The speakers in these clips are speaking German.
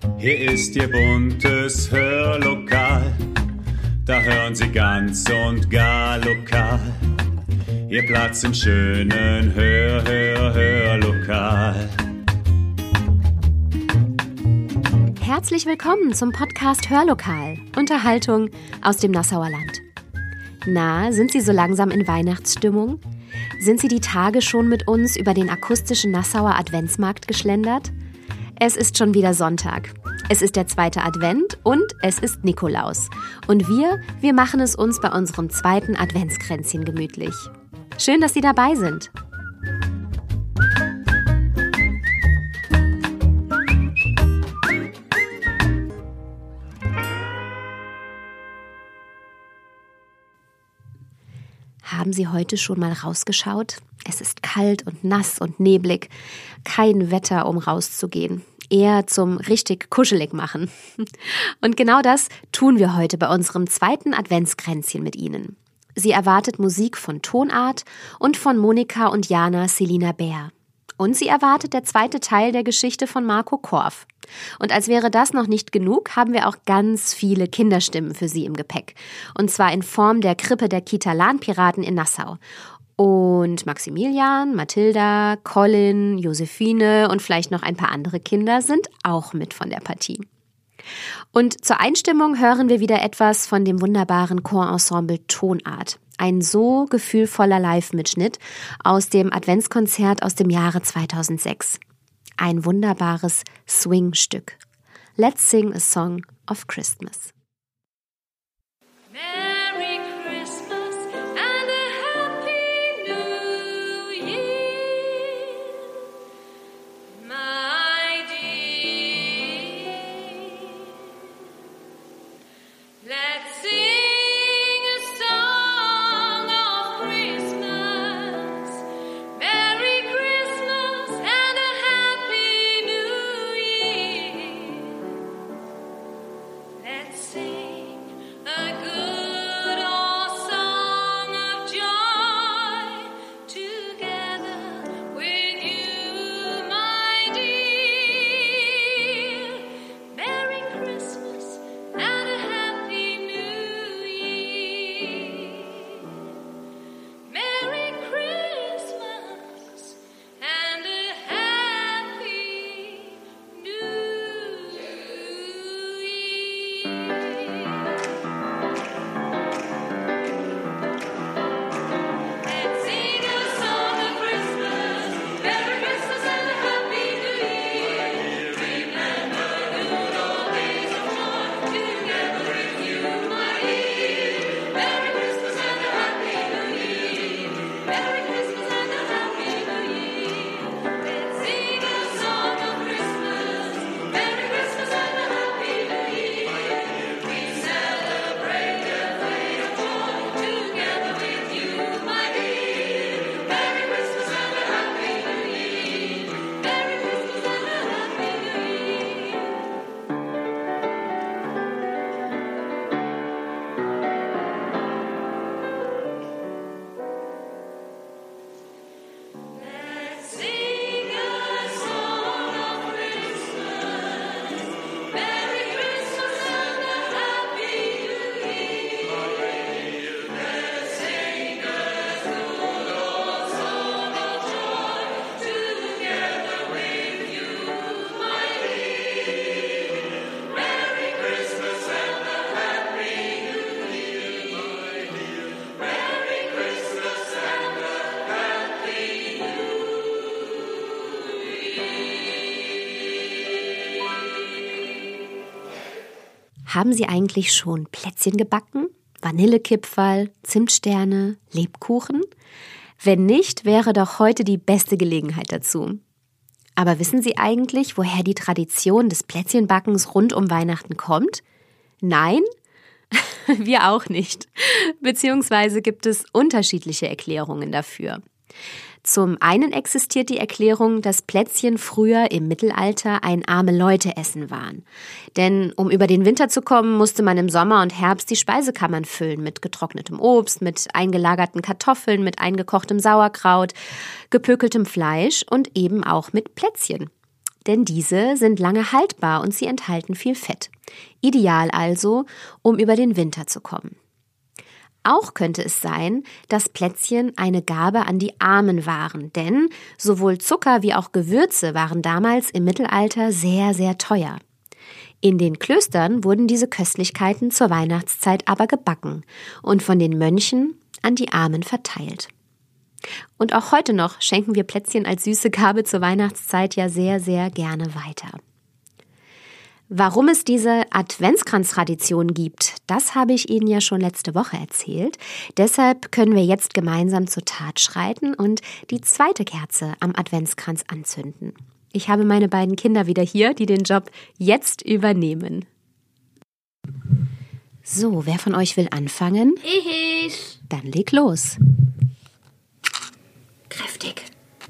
Hier ist Ihr buntes Hörlokal, da hören Sie ganz und gar lokal. Ihr Platz im schönen Hörlokal. Herzlich willkommen zum Podcast Hörlokal, Unterhaltung aus dem Nassauer Land. Na, sind Sie so langsam in Weihnachtsstimmung? Sind Sie die Tage schon mit uns über den akustischen Nassauer Adventsmarkt geschlendert? Es ist schon wieder Sonntag. Es ist der zweite Advent und es ist Nikolaus. Und wir machen es uns bei unserem zweiten Adventskränzchen gemütlich. Schön, dass Sie dabei sind. Haben Sie heute schon mal rausgeschaut? Es ist kalt und nass und neblig. Kein Wetter, um rauszugehen. Eher zum richtig kuschelig machen. Und genau das tun wir heute bei unserem zweiten Adventskränzchen mit Ihnen. Sie erwartet Musik von Tonart und von Monika und Jana Selina Bär. Und sie erwartet der zweite Teil der Geschichte von Marco Korf. Und als wäre das noch nicht genug, haben wir auch ganz viele Kinderstimmen für Sie im Gepäck. Und zwar in Form der Krippe der Kita Lahn-Piraten in Nassau. Und Maximilian, Mathilda, Colin, Josephine und vielleicht noch ein paar andere Kinder sind auch mit von der Partie. Und zur Einstimmung hören wir wieder etwas von dem wunderbaren Chorensemble Tonart. Ein so gefühlvoller Live-Mitschnitt aus dem Adventskonzert aus dem Jahre 2006. Ein wunderbares Swing-Stück. Let's sing a song of Christmas. Merry Christmas and a Happy New Year, my dear. Let's sing a song of Christmas. Merry Christmas and a Happy New Year. Let's sing a good old song of joy together with you, my dear. Merry Christmas and a Happy New Year. Merry Christmas and a Happy New Year. Let's sing a song of Christmas. Merry Christmas and a Happy New Year. Remember good old days of joy together with you, my dear. Merry Christmas and a Happy New Year. Merry Christmas and a Happy New Year. Let's sing a song of Christmas. Merry Christmas and a Happy New Year. We celebrate the day of joy together with you, my dear. Merry Christmas and a Happy New Year. Merry Christmas and a Happy New Year. Let's sing a song of Christmas. Merry Christmas and a Happy New Year. Let's sing a good old song of joy together with you, my dear. Merry Christmas and a Happy New Year, my dear. Merry Christmas and a Happy New Year. Haben Sie eigentlich schon Plätzchen gebacken? Vanillekipferl, Zimtsterne, Lebkuchen? Wenn nicht, wäre doch heute die beste Gelegenheit dazu. Aber wissen Sie eigentlich, woher die Tradition des Plätzchenbackens rund um Weihnachten kommt? Nein? Wir auch nicht. Beziehungsweise gibt es unterschiedliche Erklärungen dafür. Zum einen existiert die Erklärung, dass Plätzchen früher im Mittelalter ein Arme-Leute-Essen waren. Denn um über den Winter zu kommen, musste man im Sommer und Herbst die Speisekammern füllen mit getrocknetem Obst, mit eingelagerten Kartoffeln, mit eingekochtem Sauerkraut, gepökeltem Fleisch und eben auch mit Plätzchen. Denn diese sind lange haltbar und sie enthalten viel Fett. Ideal also, um über den Winter zu kommen. Auch könnte es sein, dass Plätzchen eine Gabe an die Armen waren, denn sowohl Zucker wie auch Gewürze waren damals im Mittelalter sehr, sehr teuer. In den Klöstern wurden diese Köstlichkeiten zur Weihnachtszeit aber gebacken und von den Mönchen an die Armen verteilt. Und auch heute noch schenken wir Plätzchen als süße Gabe zur Weihnachtszeit ja sehr, sehr gerne weiter. Warum es diese Adventskranz-Tradition gibt, das habe ich Ihnen ja schon letzte Woche erzählt. Deshalb können wir jetzt gemeinsam zur Tat schreiten und die zweite Kerze am Adventskranz anzünden. Ich habe meine beiden Kinder wieder hier, die den Job jetzt übernehmen. So, wer von euch will anfangen? Ich. Dann leg los. Kräftig.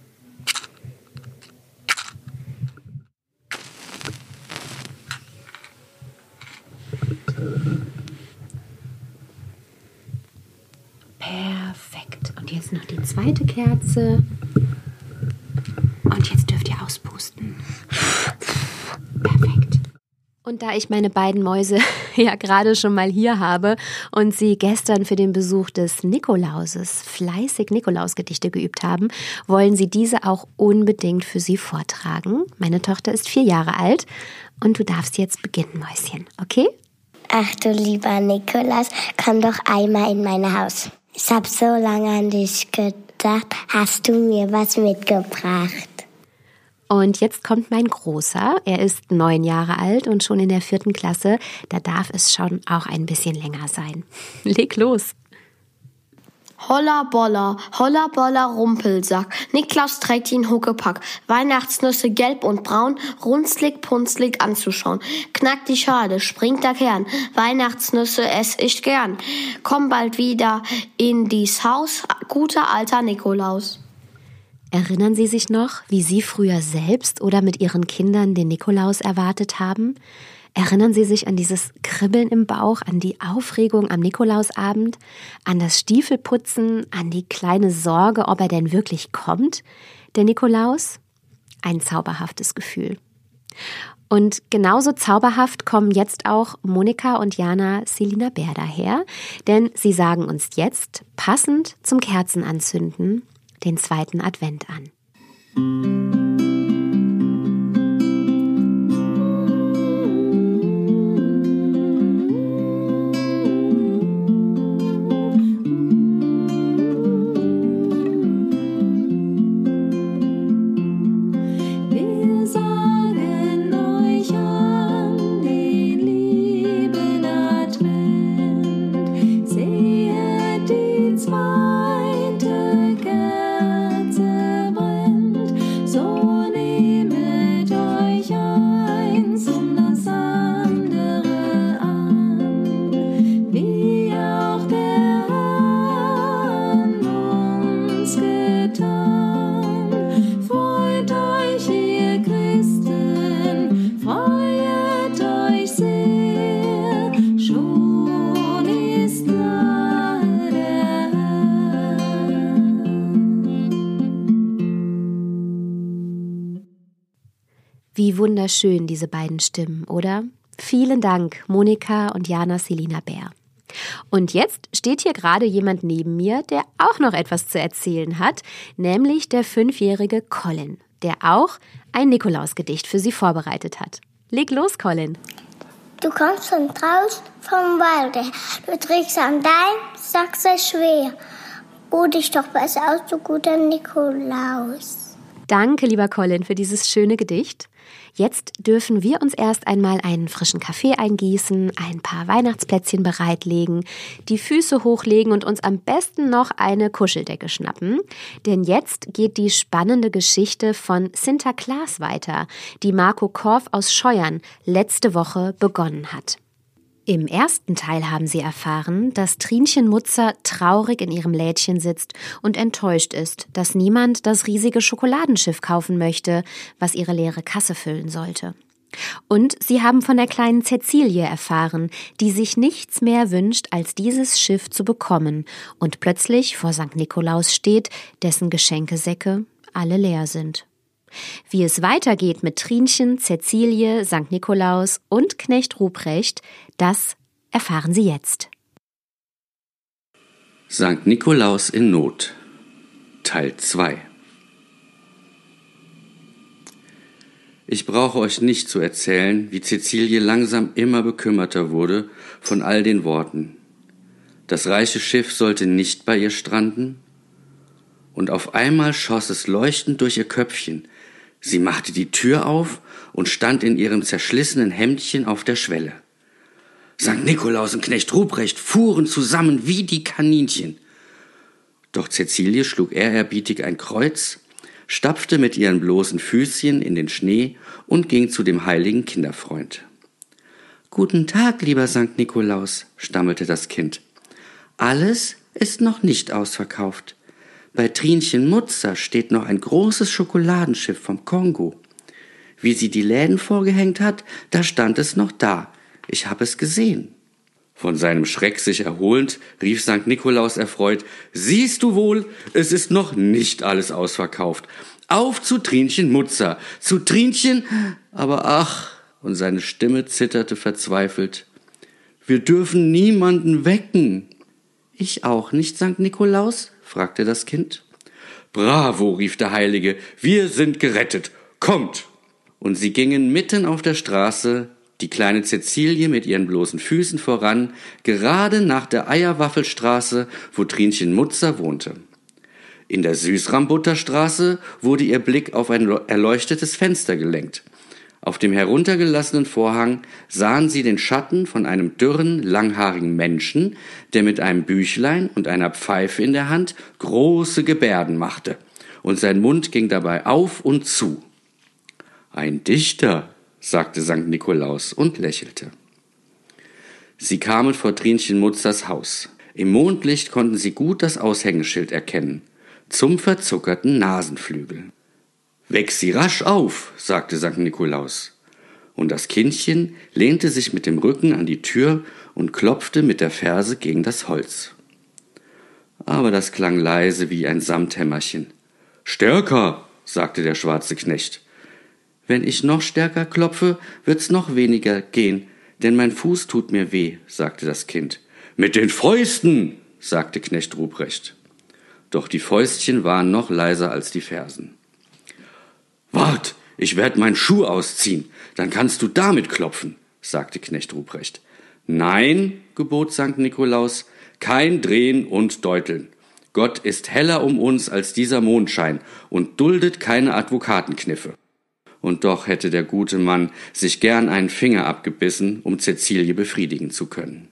Perfekt. Und jetzt noch die zweite Kerze. Und jetzt dürft ihr auspusten. Perfekt. Und da ich meine beiden Mäuse ja gerade schon mal hier habe und sie gestern für den Besuch des Nikolauses fleißig Nikolausgedichte geübt haben, wollen sie diese auch unbedingt für sie vortragen. Meine Tochter ist 4 Jahre alt und du darfst jetzt beginnen, Mäuschen, okay? Ach du lieber Nikolaus, komm doch einmal in mein Haus. Ich hab so lange an dich gedacht. Hast du mir was mitgebracht? Und jetzt kommt mein Großer. Er ist 9 Jahre alt und schon in der 4. Klasse. Da darf es schon auch ein bisschen länger sein. Leg los. Holla bolla, Rumpelsack. Niklaus trägt ihn Huckepack. Weihnachtsnüsse gelb und braun, runzlig, punzlig anzuschauen. Knackt die Schale, springt der Kern. Weihnachtsnüsse ess ich gern. Komm bald wieder in dies Haus, guter alter Nikolaus. Erinnern Sie sich noch, wie Sie früher selbst oder mit Ihren Kindern den Nikolaus erwartet haben? Erinnern Sie sich an dieses Kribbeln im Bauch, an die Aufregung am Nikolausabend, an das Stiefelputzen, an die kleine Sorge, ob er denn wirklich kommt? Der Nikolaus? Ein zauberhaftes Gefühl. Und genauso zauberhaft kommen jetzt auch Monika und Jana Selina Bär daher, denn sie sagen uns jetzt, passend zum Kerzenanzünden, den 2. Advent an. Wir sagen euch an den lieben Advent, sehet die 2. Kerze brennt, so nehmet euch eins um das andere an, wie auch der Herr an uns getan. Freut euch, ihr Christen, freut euch sehr, schon ist nahe der Herr. Wie wunderschön diese beiden Stimmen, oder? Vielen Dank, Monika und Jana Selina Bär. Und jetzt steht hier gerade jemand neben mir, der auch noch etwas zu erzählen hat, nämlich der 5-jährige Colin, der auch ein Nikolausgedicht für Sie vorbereitet hat. Leg los, Colin. Du kommst von draußen vom Walde. Du trägst an deinem Sack sehr schwer. Ruh dich doch besser aus, du guter Nikolaus. Danke, lieber Colin, für dieses schöne Gedicht. Jetzt dürfen wir uns erst einmal einen frischen Kaffee eingießen, ein paar Weihnachtsplätzchen bereitlegen, die Füße hochlegen und uns am besten noch eine Kuscheldecke schnappen. Denn jetzt geht die spannende Geschichte von Sinterklaas weiter, die Marco Korf aus Scheuern letzte Woche begonnen hat. Im ersten Teil haben Sie erfahren, dass Trinchen Mutzer traurig in ihrem Lädchen sitzt und enttäuscht ist, dass niemand das riesige Schokoladenschiff kaufen möchte, was ihre leere Kasse füllen sollte. Und Sie haben von der kleinen Cäcilie erfahren, die sich nichts mehr wünscht, als dieses Schiff zu bekommen und plötzlich vor St. Nikolaus steht, dessen Geschenkesäcke alle leer sind. Wie es weitergeht mit Trinchen, Cäcilie, St. Nikolaus und Knecht Ruprecht, das erfahren Sie jetzt. St. Nikolaus in Not, Teil 2. Ich brauche euch nicht zu erzählen, wie Cäcilie langsam immer bekümmerter wurde von all den Worten. Das reiche Schiff sollte nicht bei ihr stranden, und auf einmal schoss es leuchtend durch ihr Köpfchen. Sie machte die Tür auf und stand in ihrem zerschlissenen Hemdchen auf der Schwelle. St. Nikolaus und Knecht Ruprecht fuhren zusammen wie die Kaninchen. Doch Cäcilie schlug ehrerbietig ein Kreuz, stapfte mit ihren bloßen Füßchen in den Schnee und ging zu dem heiligen Kinderfreund. »Guten Tag, lieber St. Nikolaus«, stammelte das Kind. »Alles ist noch nicht ausverkauft. Bei Trinchen Mutzer steht noch ein großes Schokoladenschiff vom Kongo. Wie sie die Läden vorgehängt hat, da stand es noch da. Ich habe es gesehen.« Von seinem Schreck sich erholend, rief St. Nikolaus erfreut, »Siehst du wohl, es ist noch nicht alles ausverkauft. Auf zu Trinchen Mutzer, zu Trinchen, aber ach«, und seine Stimme zitterte verzweifelt, »wir dürfen niemanden wecken.« »Ich auch nicht, St. Nikolaus?« fragte das Kind. »Bravo«, rief der Heilige, »wir sind gerettet, kommt!« Und sie gingen mitten auf der Straße, die kleine Cäcilie mit ihren bloßen Füßen voran, gerade nach der Eierwaffelstraße, wo Trinchen Mutzer wohnte. In der Süßrambutterstraße wurde ihr Blick auf ein erleuchtetes Fenster gelenkt. Auf dem heruntergelassenen Vorhang sahen sie den Schatten von einem dürren, langhaarigen Menschen, der mit einem Büchlein und einer Pfeife in der Hand große Gebärden machte, und sein Mund ging dabei auf und zu. »Ein Dichter«, sagte St. Nikolaus und lächelte. Sie kamen vor Trinchen Mutzers Haus. Im Mondlicht konnten sie gut das Aushängeschild erkennen, zum verzuckerten Nasenflügel. »Weck sie rasch auf«, sagte St. Nikolaus. Und das Kindchen lehnte sich mit dem Rücken an die Tür und klopfte mit der Ferse gegen das Holz. Aber das klang leise wie ein Samthämmerchen. »Stärker«, sagte der schwarze Knecht. »Wenn ich noch stärker klopfe, wird's noch weniger gehen, denn mein Fuß tut mir weh«, sagte das Kind. »Mit den Fäusten«, sagte Knecht Ruprecht. Doch die Fäustchen waren noch leiser als die Fersen. »Wart, ich werd meinen Schuh ausziehen, dann kannst du damit klopfen«, sagte Knecht Ruprecht. »Nein«, gebot St. Nikolaus, »kein Drehen und Deuteln. Gott ist heller um uns als dieser Mondschein und duldet keine Advokatenkniffe.« Und doch hätte der gute Mann sich gern einen Finger abgebissen, um Cäcilie befriedigen zu können.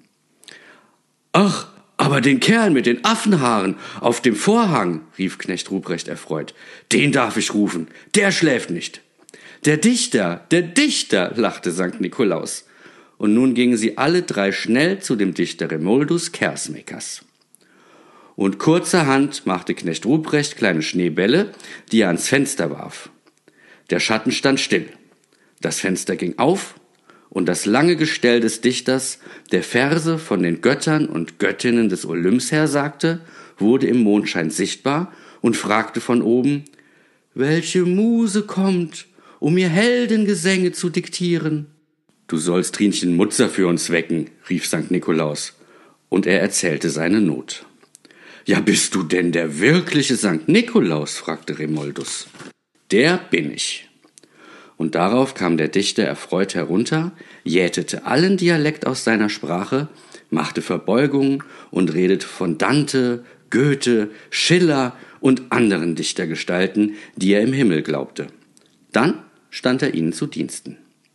»Ach, aber den Kerl mit den Affenhaaren auf dem Vorhang«, rief Knecht Ruprecht erfreut, »den darf ich rufen, der schläft nicht.« Der Dichter, lachte St. Nikolaus. Und nun gingen sie alle drei schnell zu dem Dichter Remoldus Kersmakers. Und kurzerhand machte Knecht Ruprecht kleine Schneebälle, die er ans Fenster warf. Der Schatten stand still. Das Fenster ging auf, und das lange Gestell des Dichters, der Verse von den Göttern und Göttinnen des Olymps her sagte, wurde im Mondschein sichtbar und fragte von oben, »Welche Muse kommt, um ihr Heldengesänge zu diktieren?« »Du sollst Trinchen Mutzer für uns wecken«, rief St. Nikolaus, und er erzählte seine Not. »Ja, bist du denn der wirkliche St. Nikolaus?« fragte Remoldus. »Der bin ich.« Und darauf kam der Dichter erfreut herunter, jätete allen Dialekt aus seiner Sprache, machte Verbeugungen und redete von Dante, Goethe, Schiller und anderen Dichtergestalten, die er im Himmel glaubte. Dann stand er ihnen zu Diensten.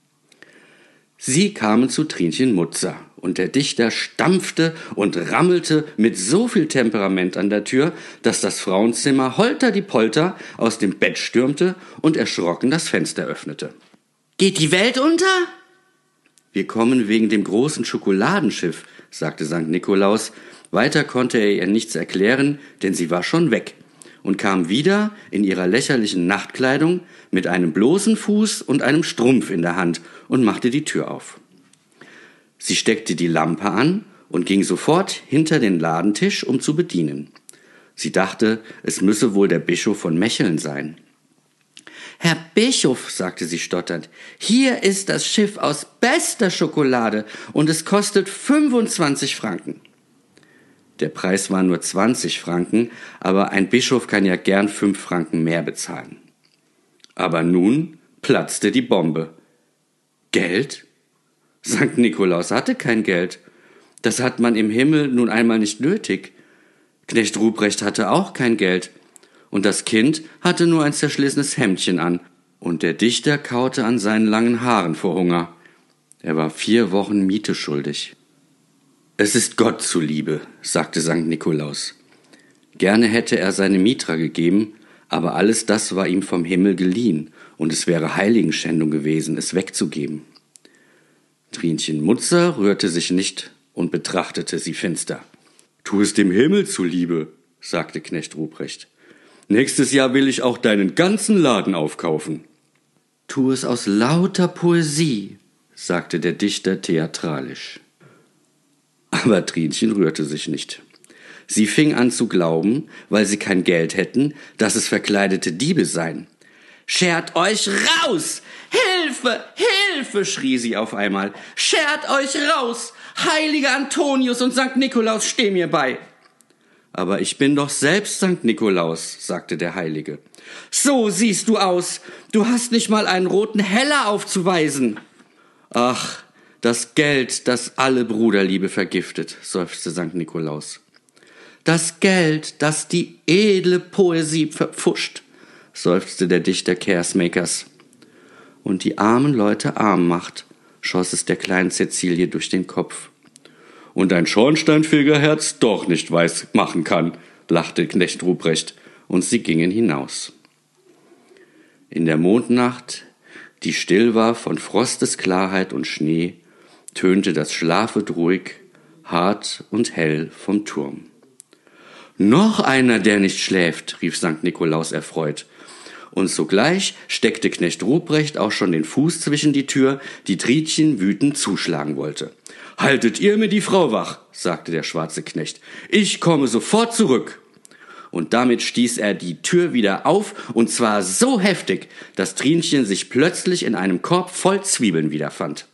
Sie kamen zu Trinchen Mutzer, und der Dichter stampfte und rammelte mit so viel Temperament an der Tür, dass das Frauenzimmer holter die Polter aus dem Bett stürmte und erschrocken das Fenster öffnete. »Geht die Welt unter?« »Wir kommen wegen dem großen Schokoladenschiff«, sagte St. Nikolaus. Weiter konnte er ihr nichts erklären, denn sie war schon weg und kam wieder in ihrer lächerlichen Nachtkleidung mit einem bloßen Fuß und einem Strumpf in der Hand und machte die Tür auf. Sie steckte die Lampe an und ging sofort hinter den Ladentisch, um zu bedienen. Sie dachte, es müsse wohl der Bischof von Mecheln sein. »Herr Bischof«, sagte sie stotternd, »hier ist das Schiff aus bester Schokolade und es kostet 25 Franken.« Der Preis war nur 20 Franken, aber ein Bischof kann ja gern 5 Franken mehr bezahlen. Aber nun platzte die Bombe. Geld? Sankt Nikolaus hatte kein Geld. Das hat man im Himmel nun einmal nicht nötig. Knecht Ruprecht hatte auch kein Geld. Und das Kind hatte nur ein zerschlissenes Hemdchen an. Und der Dichter kaute an seinen langen Haaren vor Hunger. Er war 4 Wochen Miete schuldig. »Es ist Gott zuliebe«, sagte Sankt Nikolaus. Gerne hätte er seine Mitra gegeben, aber alles das war ihm vom Himmel geliehen, und es wäre Heiligenschändung gewesen, es wegzugeben. Trinchen Mutzer rührte sich nicht und betrachtete sie finster. »Tu es dem Himmel zuliebe«, sagte Knecht Ruprecht. »Nächstes Jahr will ich auch deinen ganzen Laden aufkaufen.« »Tu es aus lauter Poesie«, sagte der Dichter theatralisch. Aber Trinchen rührte sich nicht. Sie fing an zu glauben, weil sie kein Geld hätten, dass es verkleidete Diebe seien. »Schert euch raus! Hilfe! Hilfe!« schrie sie auf einmal. »Schert euch raus! Heiliger Antonius und Sankt Nikolaus, steh mir bei!« »Aber ich bin doch selbst Sankt Nikolaus«, sagte der Heilige. »So siehst du aus! Du hast nicht mal einen roten Heller aufzuweisen!« »Ach, das Geld, das alle Bruderliebe vergiftet«, seufzte Sankt Nikolaus. »Das Geld, das die edle Poesie verpfuscht«, seufzte der Dichter Kersmakers. »Und die armen Leute arm macht«, schoss es der kleinen Cäcilie durch den Kopf. »Und ein Schornsteinfegerherz doch nicht weiß machen kann«, lachte Knecht Ruprecht, und sie gingen hinaus. In der Mondnacht, die still war von Frostesklarheit und Schnee, tönte das Schlafet ruhig, hart und hell vom Turm. »Noch einer, der nicht schläft«, rief Sankt Nikolaus erfreut. Und sogleich steckte Knecht Ruprecht auch schon den Fuß zwischen die Tür, die Trinchen wütend zuschlagen wollte. »Haltet ihr mir die Frau wach«, sagte der schwarze Knecht. »Ich komme sofort zurück.« Und damit stieß er die Tür wieder auf, und zwar so heftig, dass Trinchen sich plötzlich in einem Korb voll Zwiebeln wiederfand.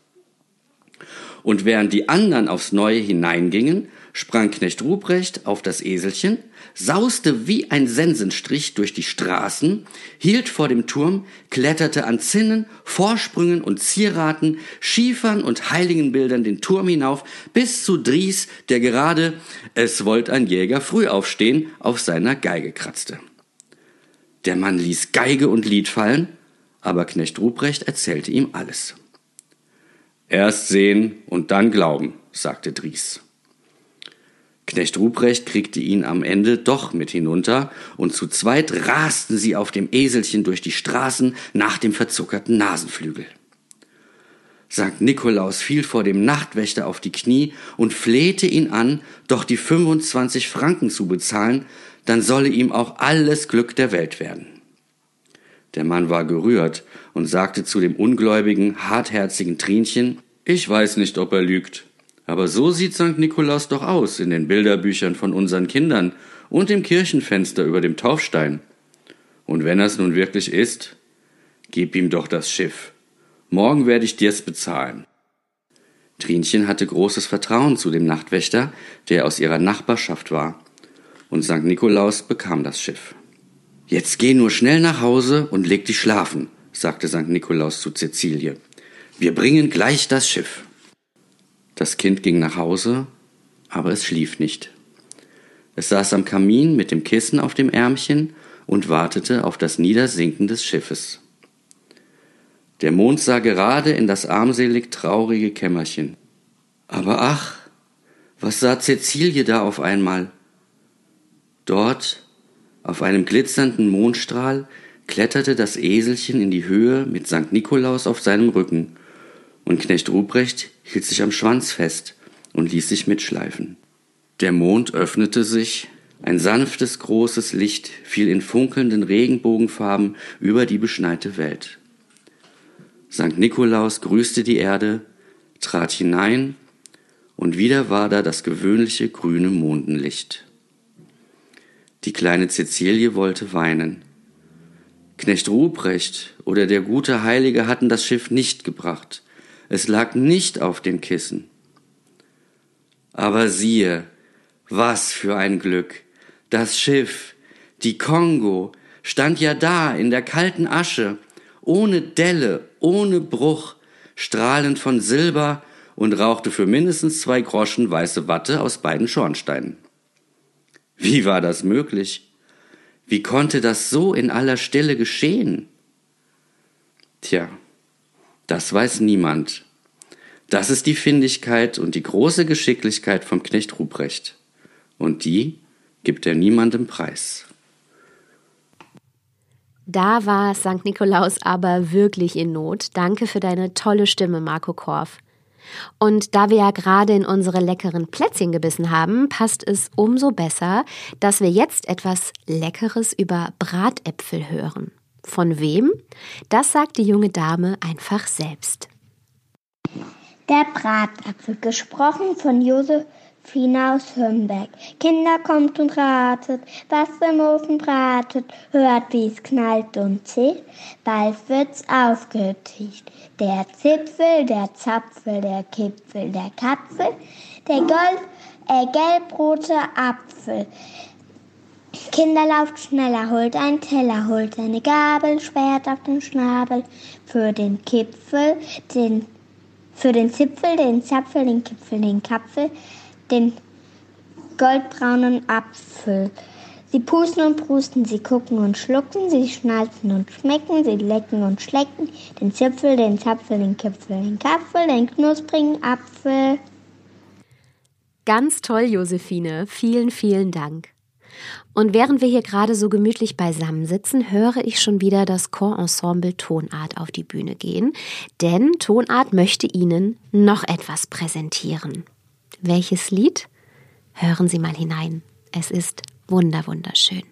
Und während die anderen aufs Neue hineingingen, sprang Knecht Ruprecht auf das Eselchen, sauste wie ein Sensenstrich durch die Straßen, hielt vor dem Turm, kletterte an Zinnen, Vorsprüngen und Zieraten, Schiefern und Heiligenbildern den Turm hinauf, bis zu Dries, der gerade, es wollt ein Jäger früh aufstehen, auf seiner Geige kratzte. Der Mann ließ Geige und Lied fallen, aber Knecht Ruprecht erzählte ihm alles. »Erst sehen und dann glauben«, sagte Dries. Knecht Ruprecht kriegte ihn am Ende doch mit hinunter, und zu zweit rasten sie auf dem Eselchen durch die Straßen nach dem verzuckerten Nasenflügel. Sankt Nikolaus fiel vor dem Nachtwächter auf die Knie und flehte ihn an, doch die 25 Franken zu bezahlen, dann solle ihm auch alles Glück der Welt werden. Der Mann war gerührt und sagte zu dem ungläubigen, hartherzigen Trinchen: »Ich weiß nicht, ob er lügt, aber so sieht Sankt Nikolaus doch aus in den Bilderbüchern von unseren Kindern und im Kirchenfenster über dem Taufstein. Und wenn er's nun wirklich ist, gib ihm doch das Schiff. Morgen werde ich dir's bezahlen.« Trinchen hatte großes Vertrauen zu dem Nachtwächter, der aus ihrer Nachbarschaft war, und Sankt Nikolaus bekam das Schiff. »Jetzt geh nur schnell nach Hause und leg dich schlafen«, sagte Sankt Nikolaus zu Cäcilie. »Wir bringen gleich das Schiff.« Das Kind ging nach Hause, aber es schlief nicht. Es saß am Kamin mit dem Kissen auf dem Ärmchen und wartete auf das Niedersinken des Schiffes. Der Mond sah gerade in das armselig traurige Kämmerchen. Aber ach, was sah Cäcilie da auf einmal? Dort, auf einem glitzernden Mondstrahl, kletterte das Eselchen in die Höhe mit Sankt Nikolaus auf seinem Rücken, und Knecht Ruprecht hielt sich am Schwanz fest und ließ sich mitschleifen. Der Mond öffnete sich, ein sanftes, großes Licht fiel in funkelnden Regenbogenfarben über die beschneite Welt. Sankt Nikolaus grüßte die Erde, trat hinein, und wieder war da das gewöhnliche grüne Mondenlicht. Die kleine Cäcilie wollte weinen. Knecht Ruprecht oder der gute Heilige hatten das Schiff nicht gebracht. Es lag nicht auf den Kissen. Aber siehe, was für ein Glück! Das Schiff, die Kongo, stand ja da in der kalten Asche, ohne Delle, ohne Bruch, strahlend von Silber und rauchte für mindestens 2 Groschen weiße Watte aus beiden Schornsteinen. Wie war das möglich? Wie konnte das so in aller Stille geschehen? Tja, das weiß niemand. Das ist die Findigkeit und die große Geschicklichkeit vom Knecht Ruprecht. Und die gibt er niemandem preis. Da war St. Nikolaus aber wirklich in Not. Danke für deine tolle Stimme, Marco Korf. Und da wir ja gerade in unsere leckeren Plätzchen gebissen haben, passt es umso besser, dass wir jetzt etwas Leckeres über Bratäpfel hören. Von wem? Das sagt die junge Dame einfach selbst. Der Bratapfel, gesprochen von Josephine aus Hürnberg. Kinder, kommt und ratet, was im Ofen bratet, hört, wie's knallt und zählt, bald wird's aufgetischt. Der Zipfel, der Zapfel, der Kipfel, der Kapfel, der gelbrote Apfel. Kinder, lauft schneller, holt einen Teller, holt eine Gabel, sperrt auf den Schnabel. Für den Zipfel, den Zapfel, den Kipfel, den Kapfel, den goldbraunen Apfel. Sie pusten und prusten, sie gucken und schlucken, sie schnalzen und schmecken, sie lecken und schlecken, den Zipfel, den Zapfel, den Kipfel, den Kapfel, den knusprigen Apfel. Ganz toll, Josephine. Vielen, vielen Dank. Und während wir hier gerade so gemütlich beisammen sitzen, höre ich schon wieder das Chorensemble Tonart auf die Bühne gehen, denn Tonart möchte Ihnen noch etwas präsentieren. Welches Lied? Hören Sie mal hinein. Es ist wunderschön.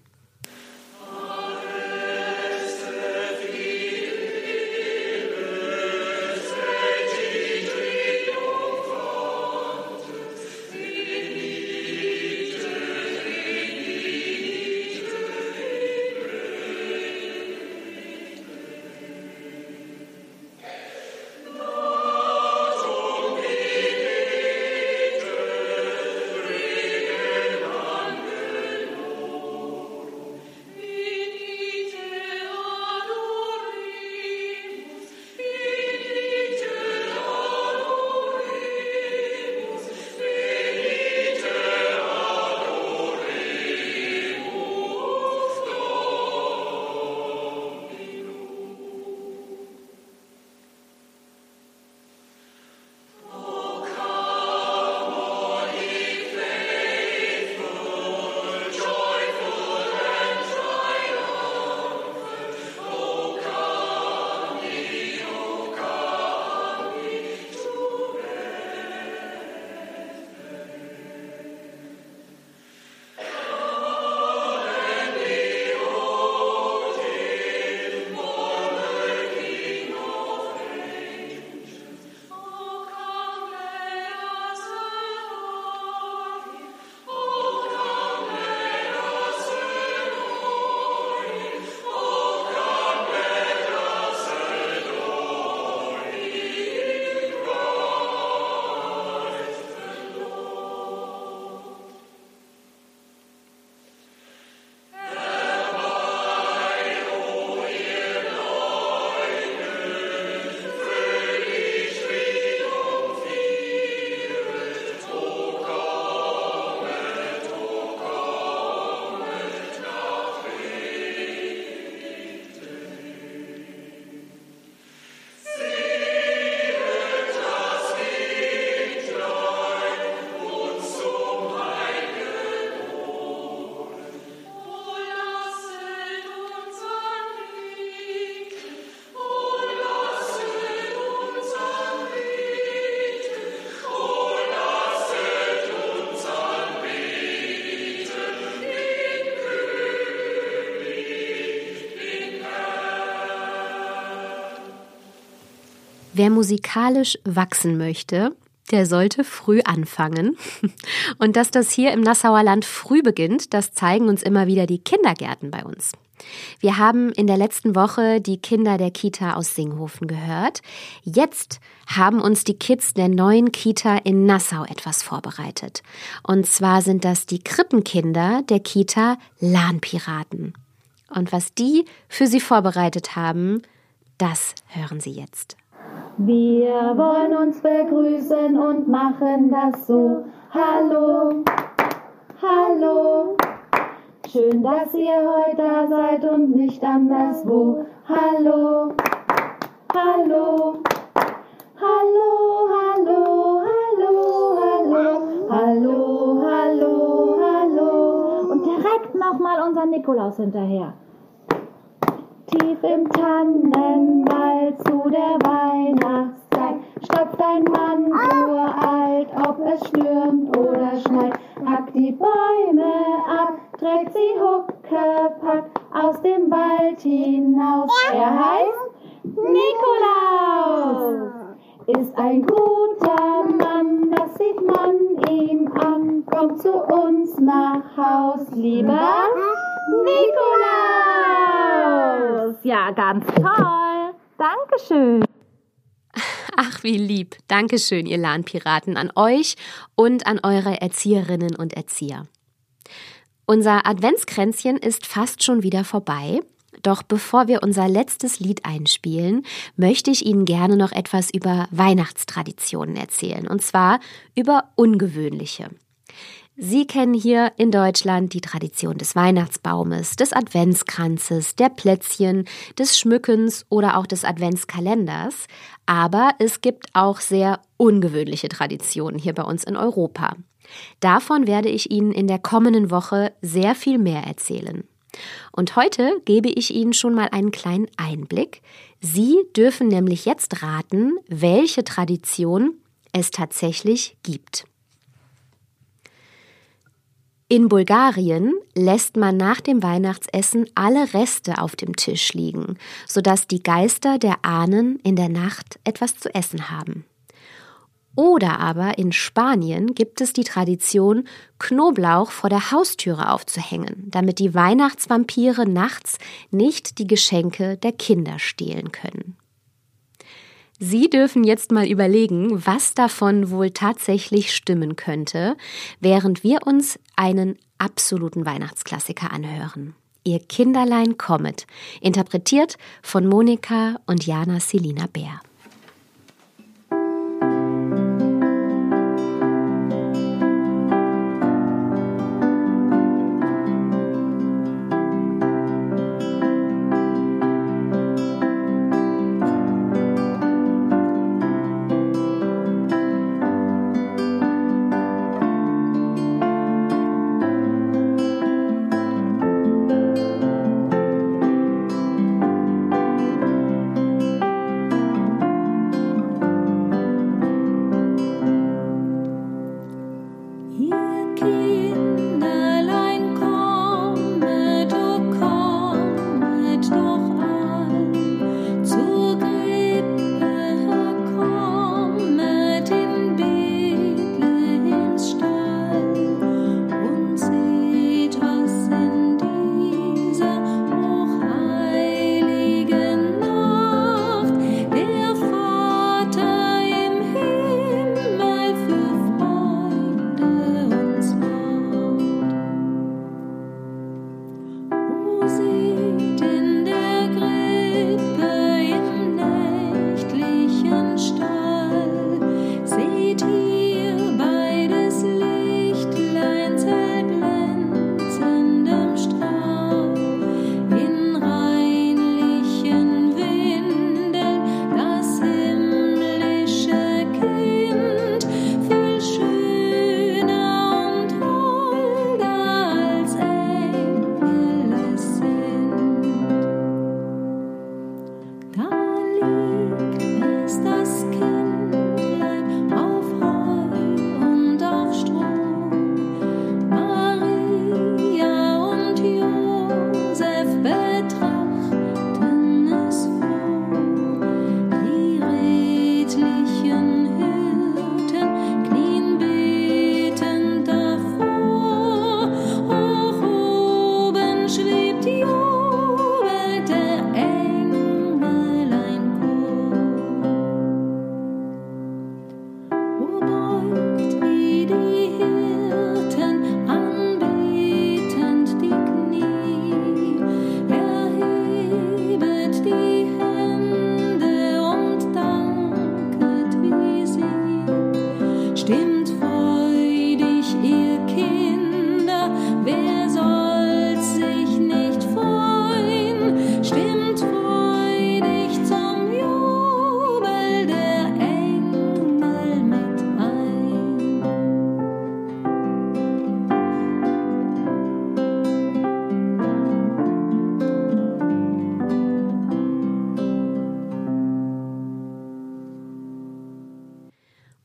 Wer musikalisch wachsen möchte, der sollte früh anfangen. Und dass das hier im Nassauer Land früh beginnt, das zeigen uns immer wieder die Kindergärten bei uns. Wir haben in der letzten Woche die Kinder der Kita aus Singhofen gehört. Jetzt haben uns die Kids der neuen Kita in Nassau etwas vorbereitet. Und zwar sind das die Krippenkinder der Kita Lahnpiraten. Und was die für sie vorbereitet haben, das hören Sie jetzt. Wir wollen uns begrüßen und machen das so. Hallo, hallo. Schön, dass ihr heute da seid und nicht anderswo. Hallo, hallo, hallo, hallo, hallo, hallo, hallo, hallo, hallo. Und direkt nochmal unser Nikolaus hinterher. Tief im Tannenwald zu der Weihnachtszeit stopft ein Mann uralt, ob es stürmt oder schneit. Hackt die Bäume ab, trägt sie Huckepack aus dem Wald hinaus. Er heißt Nikolaus, ist ein guter Mann, das sieht man ihm an. Kommt zu uns nach Haus, lieber Nikolaus. Ja, ganz toll. Dankeschön. Ach, wie lieb. Dankeschön, ihr Lahnpiraten, an euch und an eure Erzieherinnen und Erzieher. Unser Adventskränzchen ist fast schon wieder vorbei. Doch bevor wir unser letztes Lied einspielen, möchte ich Ihnen gerne noch etwas über Weihnachtstraditionen erzählen. Und zwar über ungewöhnliche. Sie kennen hier in Deutschland die Tradition des Weihnachtsbaumes, des Adventskranzes, der Plätzchen, des Schmückens oder auch des Adventskalenders. Aber es gibt auch sehr ungewöhnliche Traditionen hier bei uns in Europa. Davon werde ich Ihnen in der kommenden Woche sehr viel mehr erzählen. Und heute gebe ich Ihnen schon mal einen kleinen Einblick. Sie dürfen nämlich jetzt raten, welche Tradition es tatsächlich gibt. In Bulgarien lässt man nach dem Weihnachtsessen alle Reste auf dem Tisch liegen, sodass die Geister der Ahnen in der Nacht etwas zu essen haben. Oder aber in Spanien gibt es die Tradition, Knoblauch vor der Haustüre aufzuhängen, damit die Weihnachtsvampire nachts nicht die Geschenke der Kinder stehlen können. Sie dürfen jetzt mal überlegen, was davon wohl tatsächlich stimmen könnte, während wir uns einen absoluten Weihnachtsklassiker anhören. Ihr Kinderlein kommet, interpretiert von Monika und Jana Selina Bär.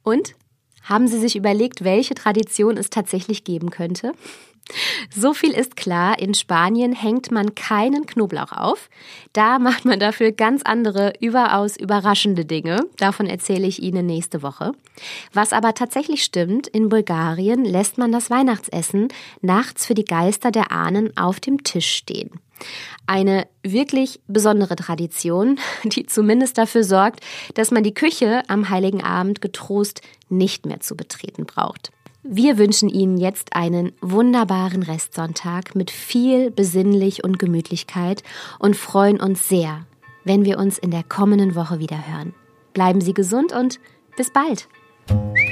Und? Haben Sie sich überlegt, welche Tradition es tatsächlich geben könnte? So viel ist klar, in Spanien hängt man keinen Knoblauch auf. Da macht man dafür ganz andere, überaus überraschende Dinge. Davon erzähle ich Ihnen nächste Woche. Was aber tatsächlich stimmt, in Bulgarien lässt man das Weihnachtsessen nachts für die Geister der Ahnen auf dem Tisch stehen. Eine wirklich besondere Tradition, die zumindest dafür sorgt, dass man die Küche am Heiligen Abend getrost nicht mehr zu betreten braucht. Wir wünschen Ihnen jetzt einen wunderbaren Restsonntag mit viel Besinnlich und Gemütlichkeit und freuen uns sehr, wenn wir uns in der kommenden Woche wieder hören. Bleiben Sie gesund und bis bald!